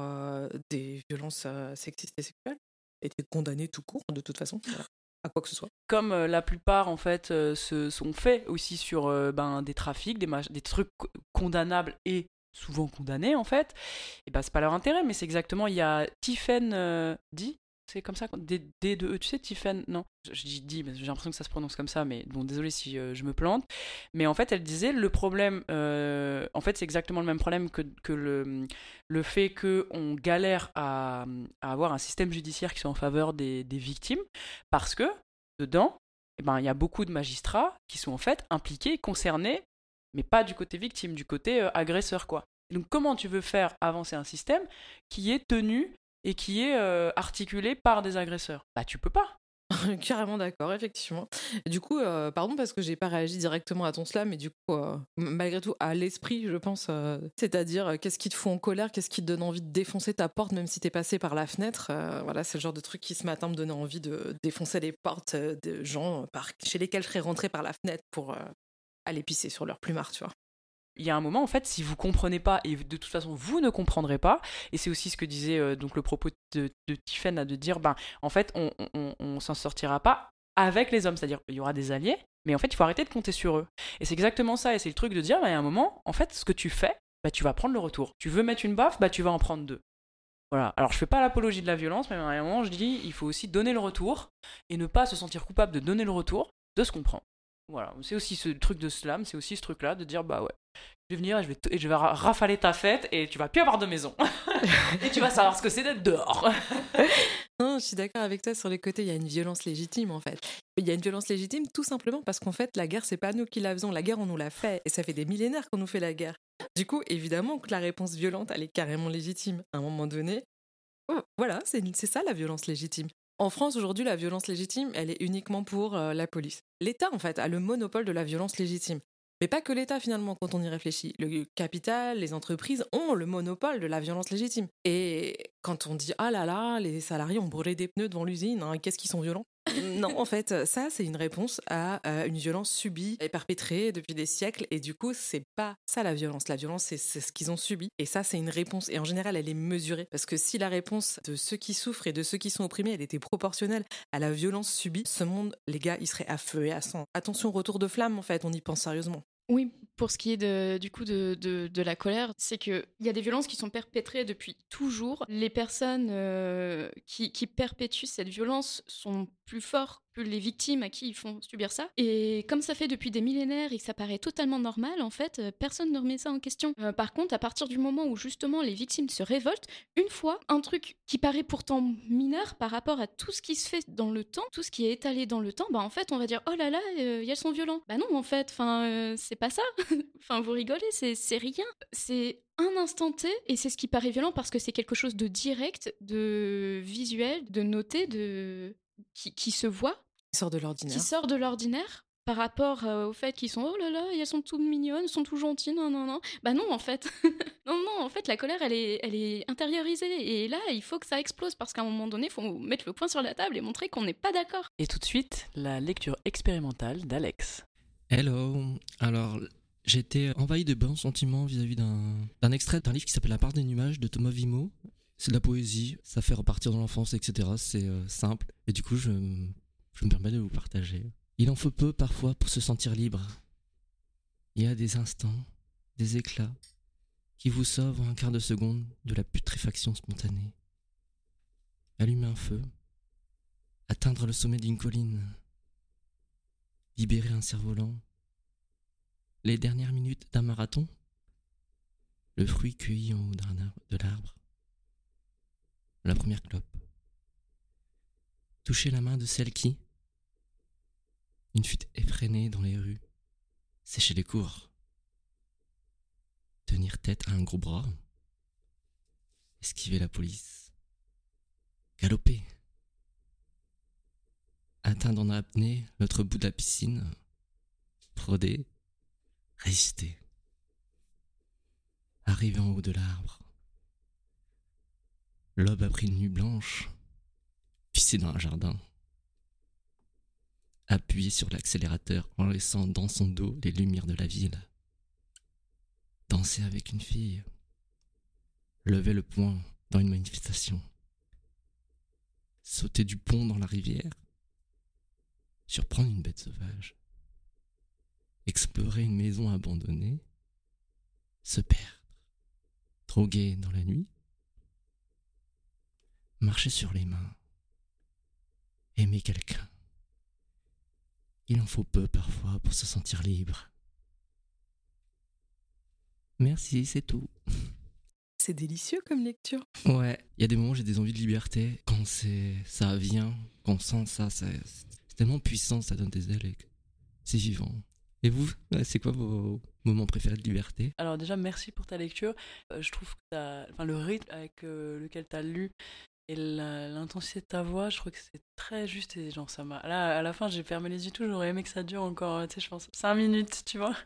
des violences sexistes et sexuelles. Été condamné tout court, de toute façon, à quoi que ce soit. Comme la plupart, en fait, se sont faits aussi sur des trafics, des trucs condamnables et souvent condamnés, en fait, et c'est pas leur intérêt, mais c'est exactement, il y a Tiffen dit, c'est comme ça, D2E, tu sais, Tiffen, non, je dis, mais j'ai l'impression que ça se prononce comme ça, mais bon, désolé si je me plante, mais en fait, elle disait, le problème, en fait, c'est exactement le même problème que le fait qu'on galère à avoir un système judiciaire qui soit en faveur des victimes, parce que, dedans, il y a beaucoup de magistrats qui sont en fait impliqués, concernés, mais pas du côté victime, du côté agresseur, quoi. Et donc, comment tu veux faire avancer un système qui est tenu et qui est articulé par des agresseurs? Tu peux pas. Carrément d'accord, effectivement. Du coup, pardon parce que j'ai pas réagi directement à ton slam, mais du coup, malgré tout, à l'esprit, je pense, c'est-à-dire qu'est-ce qui te fout en colère, qu'est-ce qui te donne envie de défoncer ta porte, même si t'es passé par la fenêtre. Voilà, c'est le genre de truc qui ce matin me donnait envie de défoncer les portes de gens chez lesquels je serais rentrée par la fenêtre pour aller pisser sur leur plumard, tu vois. Il y a un moment, en fait, si vous comprenez pas, et de toute façon, vous ne comprendrez pas, et c'est aussi ce que disait donc le propos de Tiffen, de dire, en fait, on s'en sortira pas avec les hommes, c'est-à-dire il y aura des alliés, mais en fait, il faut arrêter de compter sur eux. Et c'est exactement ça, et c'est le truc de dire, il y a un moment, en fait, ce que tu fais, tu vas prendre le retour. Tu veux mettre une baffe, tu vas en prendre 2. Voilà. Alors, je fais pas l'apologie de la violence, mais à un moment, je dis, il faut aussi donner le retour, et ne pas se sentir coupable de donner le retour de ce qu'on prend. Voilà, c'est aussi ce truc de slam, c'est aussi ce truc-là de dire, ouais, je vais venir et je vais rafaler ta fête et tu vas plus avoir de maison. Et tu vas savoir ce que c'est d'être dehors. Non, je suis d'accord avec toi sur les côtés, il y a une violence légitime en fait. Il y a une violence légitime tout simplement parce qu'en fait, la guerre, c'est pas nous qui la faisons, la guerre, on nous l'a fait. Et ça fait des millénaires qu'on nous fait la guerre. Du coup, évidemment que la réponse violente, elle est carrément légitime. À un moment donné, voilà, c'est ça la violence légitime. En France, aujourd'hui, la violence légitime, elle est uniquement pour la police. L'État, en fait, a le monopole de la violence légitime. Mais pas que l'État, finalement, quand on y réfléchit. Le capital, les entreprises ont le monopole de la violence légitime. Et quand on dit « Ah là là, les salariés ont brûlé des pneus devant l'usine, hein, qu'est-ce qu'ils sont violents ?» Non, en fait, ça, c'est une réponse à une violence subie et perpétrée depuis des siècles. Et du coup, c'est pas ça la violence. La violence, c'est ce qu'ils ont subi. Et ça, c'est une réponse. Et en général, elle est mesurée. Parce que si la réponse de ceux qui souffrent et de ceux qui sont opprimés, elle était proportionnelle à la violence subie, ce monde, les gars, il serait à feu et à sang. Attention, retour de flamme, en fait, on y pense sérieusement. Oui, pour ce qui est de la colère, c'est qu'il y a des violences qui sont perpétrées depuis toujours. Les personnes qui perpétuent cette violence sont plus forts plus les victimes à qui ils font subir ça. Et comme ça fait depuis des millénaires et que ça paraît totalement normal, en fait, personne ne remet ça en question. Par contre, à partir du moment où justement les victimes se révoltent, une fois, un truc qui paraît pourtant mineur par rapport à tout ce qui se fait dans le temps, tout ce qui est étalé dans le temps, bah en fait, on va dire oh là là, elles sont violentes. Bah non, en fait, c'est pas ça. Enfin, vous rigolez, c'est rien. C'est un instant T, et c'est ce qui paraît violent parce que c'est quelque chose de direct, de visuel, de noté, qui se voit, Qui sort de l'ordinaire. qui sort de l'ordinaire par rapport au fait qu'ils sont oh là là, elles sont toutes mignonnes, elles sont toutes gentilles, non non non. Bah non en fait, non en fait la colère elle est intériorisée et là il faut que ça explose parce qu'à un moment donné il faut mettre le poing sur la table et montrer qu'on n'est pas d'accord. Et tout de suite, la lecture expérimentale d'Alex. Hello. Alors, j'ai été envahi de bons sentiments vis-à-vis d'un extrait d'un livre qui s'appelle La part des nuages de Thomas Vimo. C'est de la poésie, ça fait repartir dans l'enfance, etc. C'est simple. Et du coup, je me permets de vous partager. Il en faut peu parfois pour se sentir libre. Il y a des instants, des éclats, qui vous sauvent en un quart de seconde de la putréfaction spontanée. Allumer un feu, atteindre le sommet d'une colline, libérer un cerf-volant, les dernières minutes d'un marathon, le fruit cueilli en haut de l'arbre, la première clope, toucher la main de celle qui, une fuite effrénée dans les rues, sécher les cours, tenir tête à un gros bras, esquiver la police, galoper, atteindre en apnée l'autre bout de la piscine, frauder, résister, arriver en haut de l'arbre. L'aube a pris une nuit blanche, pisser dans un jardin, appuyer sur l'accélérateur en laissant dans son dos les lumières de la ville, danser avec une fille, lever le poing dans une manifestation, sauter du pont dans la rivière, surprendre une bête sauvage, explorer une maison abandonnée, se perdre, droguer dans la nuit, marcher sur les mains, aimer quelqu'un. Il en faut peu parfois pour se sentir libre. Merci, c'est tout. C'est délicieux comme lecture. Ouais, il y a des moments où j'ai des envies de liberté. Quand ça vient, quand on sent ça, c'est tellement puissant, ça donne des ailes. C'est vivant. Et vous, c'est quoi vos moments préférés de liberté ? Alors déjà, merci pour ta lecture. Je trouve que le rythme avec lequel tu as lu et l'intensité de ta voix, je trouve que c'est très juste et genre ça m'a... Là, à la fin, j'ai fermé les yeux tout, j'aurais aimé que ça dure encore, tu sais, je pense, 5 minutes, tu vois.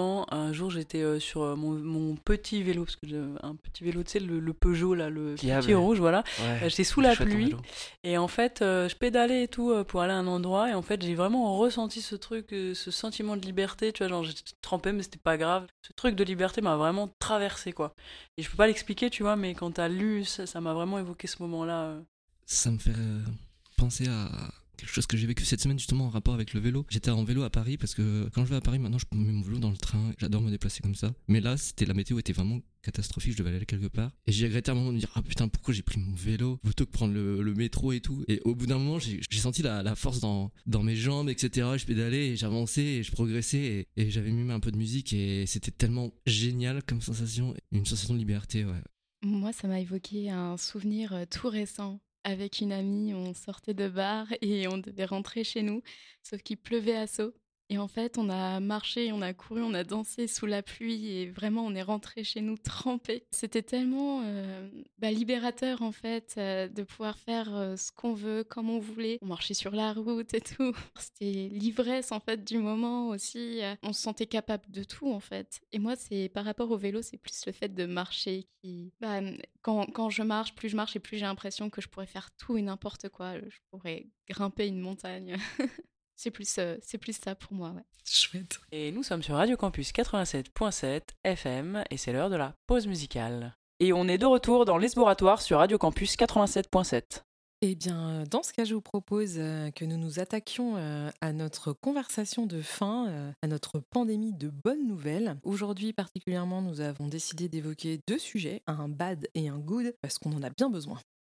Un jour, j'étais sur mon petit vélo, parce que j'ai un petit vélo, tu sais, le Peugeot, là, le petit rouge, voilà. Ouais, j'étais sous la pluie, et en fait, je pédalais et tout pour aller à un endroit, et en fait, j'ai vraiment ressenti ce truc, ce sentiment de liberté, tu vois, genre j'étais trempée, mais c'était pas grave. Ce truc de liberté m'a vraiment traversé, quoi. Et je peux pas l'expliquer, tu vois, mais quand t'as lu, ça m'a vraiment évoqué ce moment-là. Ça me fait penser à quelque chose que j'ai vécu cette semaine justement en rapport avec le vélo. J'étais en vélo à Paris parce que quand je vais à Paris maintenant je mets mon vélo dans le train, j'adore me déplacer comme ça. Mais là la météo était vraiment catastrophique, je devais aller quelque part. Et j'ai regretté à un moment de me dire ah putain pourquoi j'ai pris mon vélo plutôt que prendre le métro et tout. Et au bout d'un moment j'ai senti la force dans mes jambes etc. Je pédalais et j'avançais et je progressais et j'avais mis un peu de musique et c'était tellement génial comme sensation, une sensation de liberté ouais. Moi ça m'a évoqué un souvenir tout récent. Avec une amie, on sortait de bar et on devait rentrer chez nous, sauf qu'il pleuvait à seaux. Et en fait, on a marché, on a couru, on a dansé sous la pluie et vraiment, on est rentré chez nous trempés. C'était tellement libérateur en fait de pouvoir faire ce qu'on veut, comme on voulait. On marchait sur la route et tout. C'était l'ivresse en fait du moment aussi. On se sentait capable de tout en fait. Et moi, c'est par rapport au vélo, c'est plus le fait de marcher qui... Quand je marche et plus j'ai l'impression que je pourrais faire tout et n'importe quoi. Je pourrais grimper une montagne. C'est plus ça pour moi, ouais. Chouette. Et nous sommes sur Radio Campus 87.7 FM et c'est l'heure de la pause musicale. Et on est de retour dans l'Esboratoire sur Radio Campus 87.7. Eh bien, dans ce cas, je vous propose que nous nous attaquions à notre conversation de fin, à notre pandémie de bonnes nouvelles. Aujourd'hui, particulièrement, nous avons décidé d'évoquer 2 sujets, un bad et un good, parce qu'on en a bien besoin.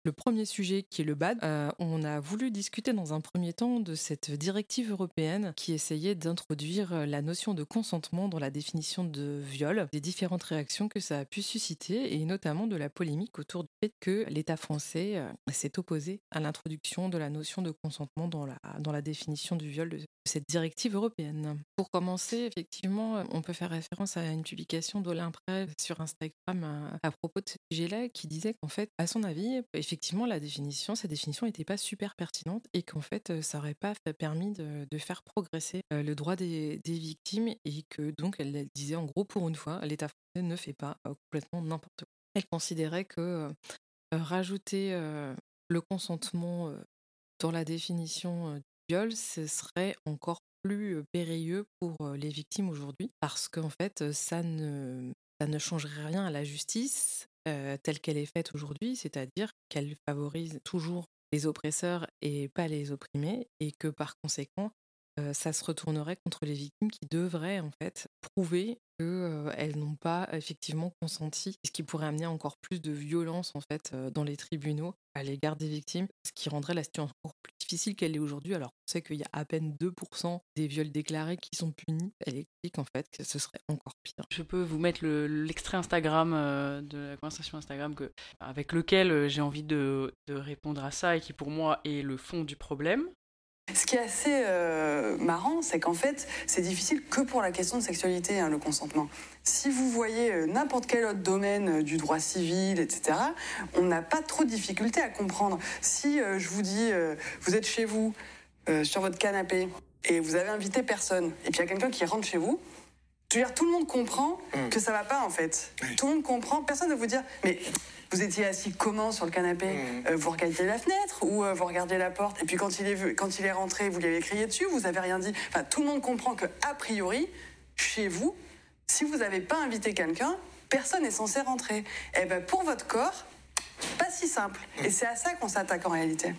le premier sujet qui est le BAD. On a voulu discuter dans un premier temps de cette directive européenne qui essayait d'introduire la notion de consentement dans la définition de viol, des différentes réactions que ça a pu susciter et notamment de la polémique autour du fait que l'État français s'est opposé à l'introduction de la notion de consentement dans la définition du viol de cette directive européenne. Pour commencer, effectivement, on peut faire référence à une publication d'Olympré sur Instagram à propos de ce sujet-là qui disait qu'en fait, à son avis, effectivement, cette définition n'était pas super pertinente et qu'en fait, ça n'aurait pas permis de faire progresser le droit des victimes et que donc, elle disait en gros, pour une fois, l'État français ne fait pas complètement n'importe quoi. Elle considérait que rajouter le consentement dans la définition du viol, ce serait encore plus périlleux pour les victimes aujourd'hui parce qu'en fait, ça ne changerait rien à la justice telle qu'elle est faite aujourd'hui, c'est-à-dire qu'elle favorise toujours les oppresseurs et pas les opprimés et que par conséquent, ça se retournerait contre les victimes qui devraient en fait prouver qu'elles n'ont pas effectivement consenti, ce qui pourrait amener encore plus de violence en fait dans les tribunaux à l'égard des victimes, ce qui rendrait la situation encore plus difficile qu'elle est aujourd'hui. Alors on sait qu'il y a à peine 2% des viols déclarés qui sont punis. Elle explique en fait que ce serait encore pire. Je peux vous mettre l'extrait Instagram de la conversation Instagram avec lequel j'ai envie de répondre à ça et qui pour moi est le fond du problème. Ce qui est assez marrant, c'est qu'en fait, c'est difficile que pour la question de sexualité, le consentement. Si vous voyez n'importe quel autre domaine du droit civil, etc., on n'a pas trop de difficulté à comprendre. Si je vous dis, vous êtes chez vous, sur votre canapé, et vous avez invité personne, et puis il y a quelqu'un qui rentre chez vous, je veux dire, tout le monde comprend que ça va pas, en fait. Tout le monde comprend, personne ne va vous dire, mais... Vous étiez assis comment sur le canapé ? Vous regardiez la fenêtre ou vous regardiez la porte ? Et puis quand il est rentré, vous lui avez crié dessus, vous avez rien dit. Enfin, tout le monde comprend que a priori, chez vous, si vous n'avez pas invité quelqu'un, personne n'est censé rentrer. Et ben pour votre corps, pas si simple. Et c'est à ça qu'on s'attaque en réalité.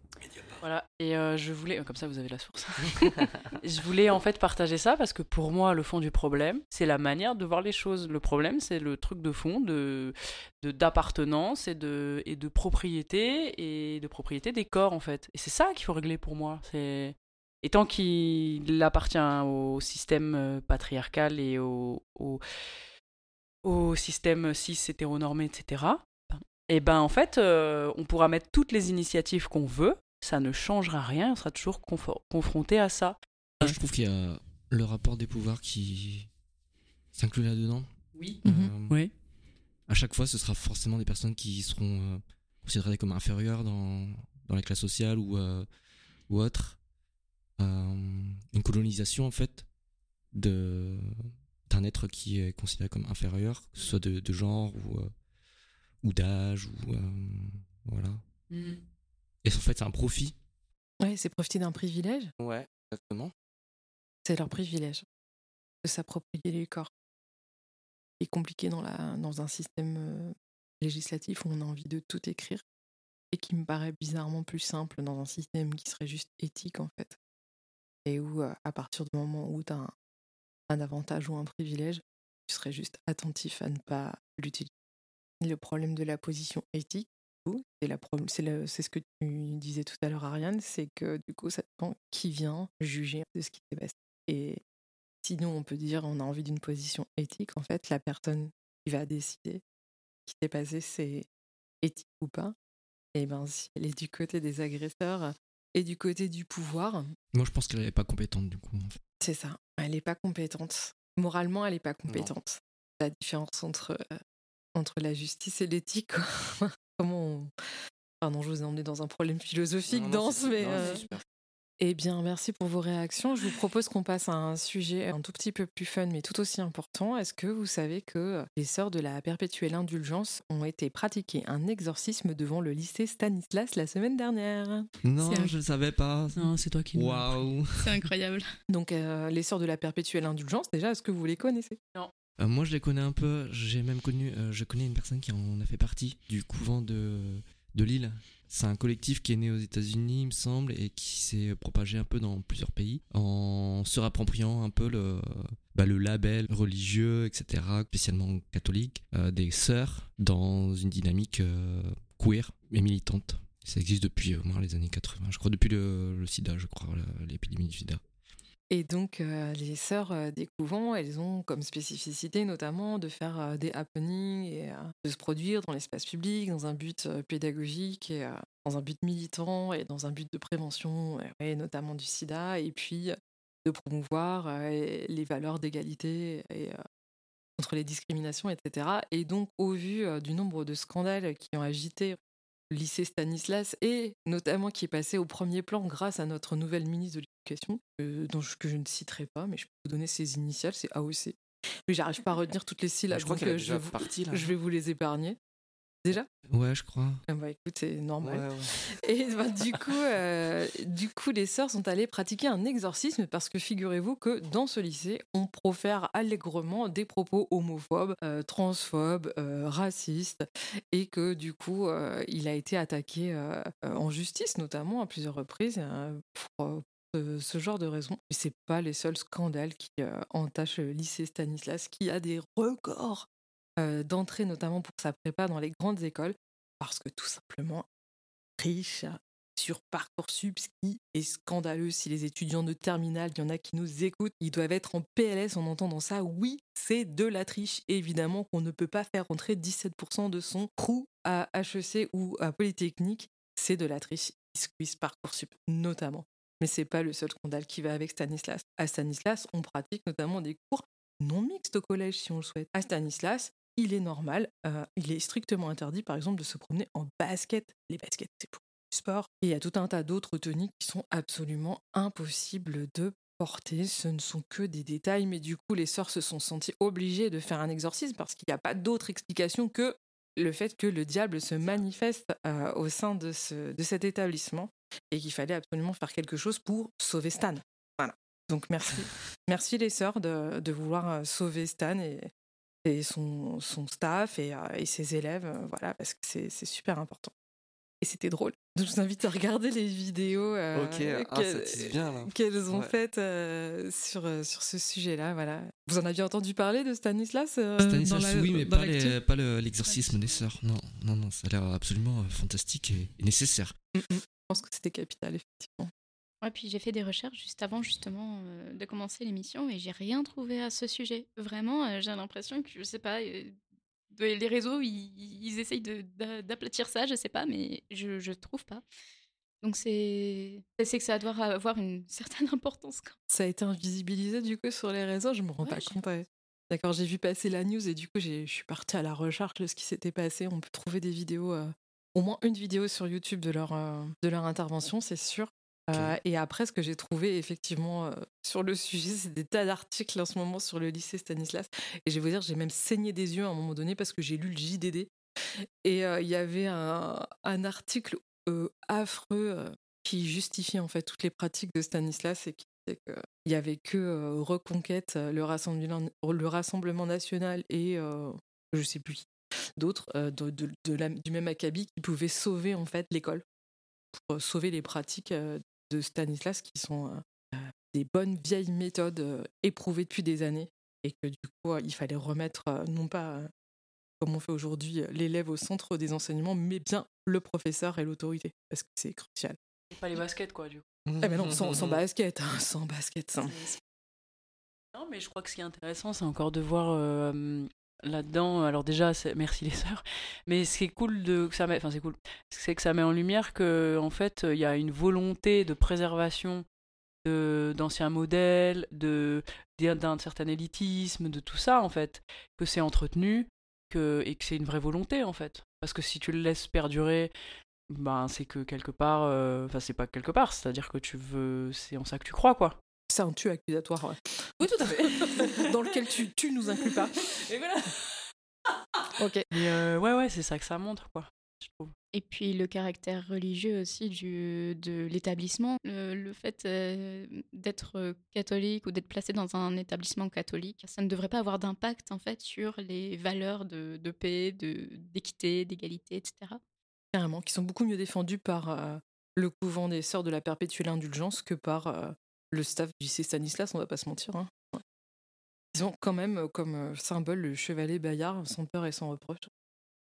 Voilà, et je voulais, comme ça vous avez la source, je voulais en fait partager ça parce que pour moi le fond du problème, c'est la manière de voir les choses. Le problème, c'est le truc de fond d'appartenance et de propriété des corps en fait. Et c'est ça qu'il faut régler pour moi. Et tant qu'il appartient au système patriarcal et au système cis hétéronormé, etc., et ben en fait, on pourra mettre toutes les initiatives qu'on veut, ça ne changera rien, on sera toujours confronté à ça. Je trouve qu'il y a le rapport des pouvoirs qui s'inclut là-dedans. Oui. Oui. À chaque fois, ce sera forcément des personnes qui seront considérées comme inférieures dans la classe sociale ou autre. Une colonisation, en fait, d'un être qui est considéré comme inférieur, que ce soit de genre ou d'âge, ou voilà. Et en fait, c'est un profit. Ouais, c'est profiter d'un privilège. Ouais, exactement. C'est leur privilège de s'approprier les corps. C'est compliqué dans un système législatif où on a envie de tout écrire et qui me paraît bizarrement plus simple dans un système qui serait juste éthique en fait. Et où à partir du moment où tu as un avantage ou un privilège, tu serais juste attentif à ne pas l'utiliser. Le problème de la position éthique, c'est ce que tu disais tout à l'heure, Ariane, c'est que du coup, ça dépend qui vient juger de ce qui s'est passé. Et sinon, on peut dire on a envie d'une position éthique. En fait, la personne qui va décider ce qui s'est passé, c'est éthique ou pas. Et bien, si elle est du côté des agresseurs et du côté du pouvoir... Moi, je pense qu'elle n'est pas compétente, du coup. En fait. C'est ça. Elle n'est pas compétente. Moralement, elle n'est pas compétente. Non. La différence entre la justice et l'éthique... Pardon, je vous ai emmené dans un problème philosophique mais... Eh bien, merci pour vos réactions. Je vous propose qu'on passe à un sujet un tout petit peu plus fun, mais tout aussi important. Est-ce que vous savez que les sœurs de la perpétuelle indulgence ont été pratiquer un exorcisme devant le lycée Stanislas la semaine dernière ? Non, je ne savais pas. Non, c'est toi qui l'as. Waouh. C'est incroyable. Donc, les sœurs de la perpétuelle indulgence, déjà, est-ce que vous les connaissez ? Non. Moi, je les connais un peu. J'ai même je connais une personne qui en a fait partie du couvent de Lille. C'est un collectif qui est né aux États-Unis, il me semble, et qui s'est propagé un peu dans plusieurs pays en se rappropriant un peu le label religieux, etc., spécialement catholique, des sœurs dans une dynamique queer et militante. Ça existe depuis au moins les années 80, je crois, depuis le sida, je crois, l'épidémie du sida. Et donc, les sœurs des couvents, elles ont comme spécificité notamment de faire des happenings et de se produire dans l'espace public dans un but pédagogique et dans un but militant et dans un but de prévention, et notamment du sida, et puis de promouvoir les valeurs d'égalité et contre les discriminations, etc. Et donc, au vu du nombre de scandales qui ont agité le lycée Stanislas, et notamment qui est passé au premier plan grâce à notre nouvelle ministre de l'Éducation, que je ne citerai pas, mais je peux vous donner ses initiales, c'est AOC. Mais j'arrive pas à retenir toutes les syllabes, Je crois donc qu'elle est déjà partie, là. je vais vous les épargner. Déjà ? Ouais, je crois. Bah écoute, c'est normal. Ouais. Et bah, du coup, les sœurs sont allées pratiquer un exorcisme parce que figurez-vous que dans ce lycée, on profère allègrement des propos homophobes, transphobes, racistes, et que du coup, il a été attaqué en justice, notamment à plusieurs reprises, pour ce genre de raisons. Et c'est pas les seuls scandales qui entachent le lycée Stanislas, qui a des records d'entrée, notamment pour sa prépa dans les grandes écoles, parce que tout simplement, riche sur Parcoursup, ce qui est scandaleux. Si les étudiants de terminale, il y en a qui nous écoutent, ils doivent être en PLS en entendant ça. Oui, c'est de la triche. Évidemment qu'on ne peut pas faire entrer 17% de son crew à HEC ou à Polytechnique. C'est de la triche. Ils squeezent Parcoursup, notamment. Mais c'est pas le seul scandale qui va avec Stanislas. À Stanislas, on pratique notamment des cours non mixtes au collège, si on le souhaite. À Stanislas, il est normal, il est strictement interdit, par exemple, de se promener en basket. Les baskets, c'est pour le sport. Et il y a tout un tas d'autres tenues qui sont absolument impossibles de porter. Ce ne sont que des détails, mais du coup, les sœurs se sont senties obligées de faire un exorcisme parce qu'il n'y a pas d'autre explication que le fait que le diable se manifeste au sein de cet établissement et qu'il fallait absolument faire quelque chose pour sauver Stan. Voilà. Donc merci les sœurs de vouloir sauver Stan et son staff et ses élèves, voilà, parce que c'est super important. Et c'était drôle. Donc, je vous invite à regarder les vidéos qu'elles ont faites sur ce sujet-là. Voilà. Vous en aviez entendu parler de Stanislas Stanislas, oui, mais pas l'exorcisme des sœurs. Non, ça a l'air absolument fantastique et nécessaire. Je pense que c'était capital, effectivement. Ouais, puis j'ai fait des recherches juste avant justement de commencer l'émission et j'ai rien trouvé à ce sujet. Vraiment, j'ai l'impression que, je sais pas, les réseaux, ils essayent d'aplatir ça, je sais pas, mais je trouve pas. Donc c'est que ça doit avoir une certaine importance. Ça a été invisibilisé du coup sur les réseaux, je me rends pas compte. Ouais. D'accord, j'ai vu passer la news et du coup je suis partie à la recherche de ce qui s'était passé. On peut trouver des vidéos, au moins une vidéo sur YouTube de leur intervention, c'est sûr. Et après, ce que j'ai trouvé effectivement sur le sujet, c'est des tas d'articles en ce moment sur le lycée Stanislas. Et je vais vous dire, j'ai même saigné des yeux à un moment donné parce que j'ai lu le JDD. Et il y avait un article affreux qui justifiait en fait toutes les pratiques de Stanislas et qui disait qu'il n'y avait que Reconquête, le Rassemblement national et je sais plus qui, d'autres du même acabit qui pouvaient sauver en fait l'école, pour sauver les pratiques de Stanislas qui sont des bonnes vieilles méthodes éprouvées depuis des années et que du coup il fallait remettre non pas comme on fait aujourd'hui l'élève au centre des enseignements mais bien le professeur et l'autorité parce que c'est crucial. Et pas les baskets quoi du coup. Eh ben non, sans basket, sans basket. Non mais je crois que ce qui est intéressant c'est encore de voir là-dedans, alors déjà merci les sœurs, mais ce qui est cool c'est que ça met en lumière que en fait il y a une volonté de préservation d'anciens modèles, d'un certain élitisme, de tout ça en fait, que c'est entretenu, et que c'est une vraie volonté en fait, parce que si tu le laisses perdurer, ben c'est que quelque part, c'est pas quelque part, c'est-à-dire que c'est en ça que tu crois quoi. C'est un tu accusatoire, ouais. Oui, tout à fait. Dans lequel tu nous inclus pas. Et voilà. Ok. Et ouais, c'est ça que ça montre, quoi, je trouve. Et puis le caractère religieux aussi de l'établissement. Le fait d'être catholique ou d'être placé dans un établissement catholique, ça ne devrait pas avoir d'impact, en fait, sur les valeurs de paix, d'équité, d'égalité, etc. Carrément, qui sont beaucoup mieux défendues par le couvent des Sœurs de la Perpétuelle Indulgence que par le staff du lycée Stanislas, on va pas se mentir. Hein. Ils ont quand même comme symbole le chevalet Bayard, sans peur et sans reproche.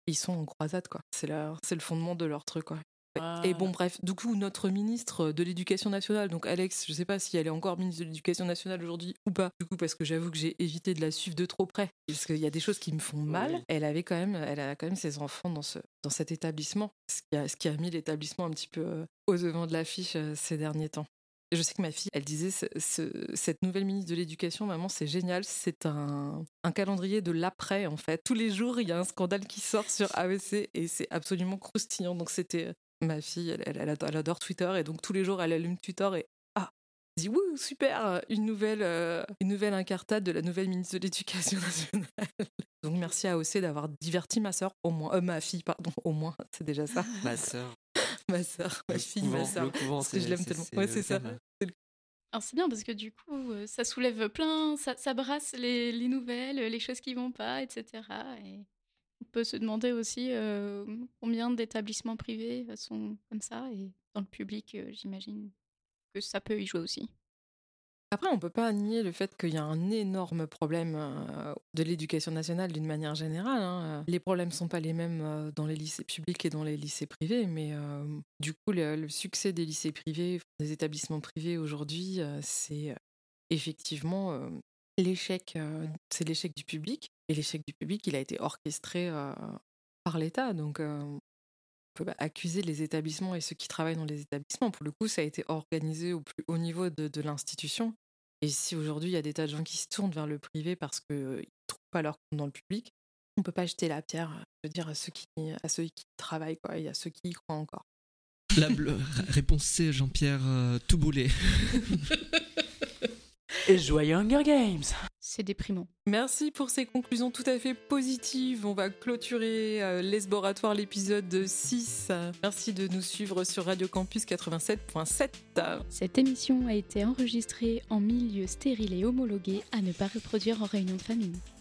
ils sont en croisade, quoi. C'est le fondement de leur truc, quoi. Ah. Et bon, bref, du coup, notre ministre de l'Éducation nationale, donc Alex, je sais pas si elle est encore ministre de l'Éducation nationale aujourd'hui ou pas, du coup, parce que j'avoue que j'ai évité de la suivre de trop près, parce qu'il y a des choses qui me font mal. Oui. Elle a quand même ses enfants dans cet établissement, ce qui a mis l'établissement un petit peu au devant de l'affiche ces derniers temps. Et je sais que ma fille, elle disait, cette nouvelle ministre de l'Éducation, maman, c'est génial, c'est un calendrier de l'après, en fait. Tous les jours, il y a un scandale qui sort sur AEC et c'est absolument croustillant. Donc c'était... Ma fille, elle adore Twitter et donc tous les jours, elle allume Twitter et elle dit « Wouh, super, une nouvelle incartade de la nouvelle ministre de l'Éducation nationale. » Donc merci à AOC d'avoir diverti ma fille, au moins, c'est déjà ça. Ma sœur. Ma fille, ma sœur. Parce que je l'aime tellement. Ouais, c'est ça. Alors c'est bien parce que du coup, ça soulève plein, ça brasse les nouvelles, les choses qui vont pas, etc. Et on peut se demander aussi combien d'établissements privés sont comme ça, et dans le public, j'imagine que ça peut y jouer aussi. Après, on peut pas nier le fait qu'il y a un énorme problème de l'éducation nationale d'une manière générale, hein. Les problèmes sont pas les mêmes dans les lycées publics et dans les lycées privés, mais du coup, le succès des lycées privés, des établissements privés aujourd'hui, c'est effectivement l'échec, c'est l'échec du public. Et l'échec du public, il a été orchestré par l'État. Donc, on peut accuser les établissements et ceux qui travaillent dans les établissements. Pour le coup, ça a été organisé au plus haut niveau de l'institution. Et si aujourd'hui, il y a des tas de gens qui se tournent vers le privé parce qu'ils ne trouvent pas leur compte dans le public, on ne peut pas jeter la pierre, je veux dire, à ceux qui travaillent, quoi, et à ceux qui y croient encore. La réponse C, Jean-Pierre Touboulet. Et joyeux Hunger Games. C'est déprimant. Merci pour ces conclusions tout à fait positives. On va clôturer l'Esboratoire, l'épisode 6. Merci de nous suivre sur Radio Campus 87.7. Cette émission a été enregistrée en milieu stérile et homologué, à ne pas reproduire en réunion de famille.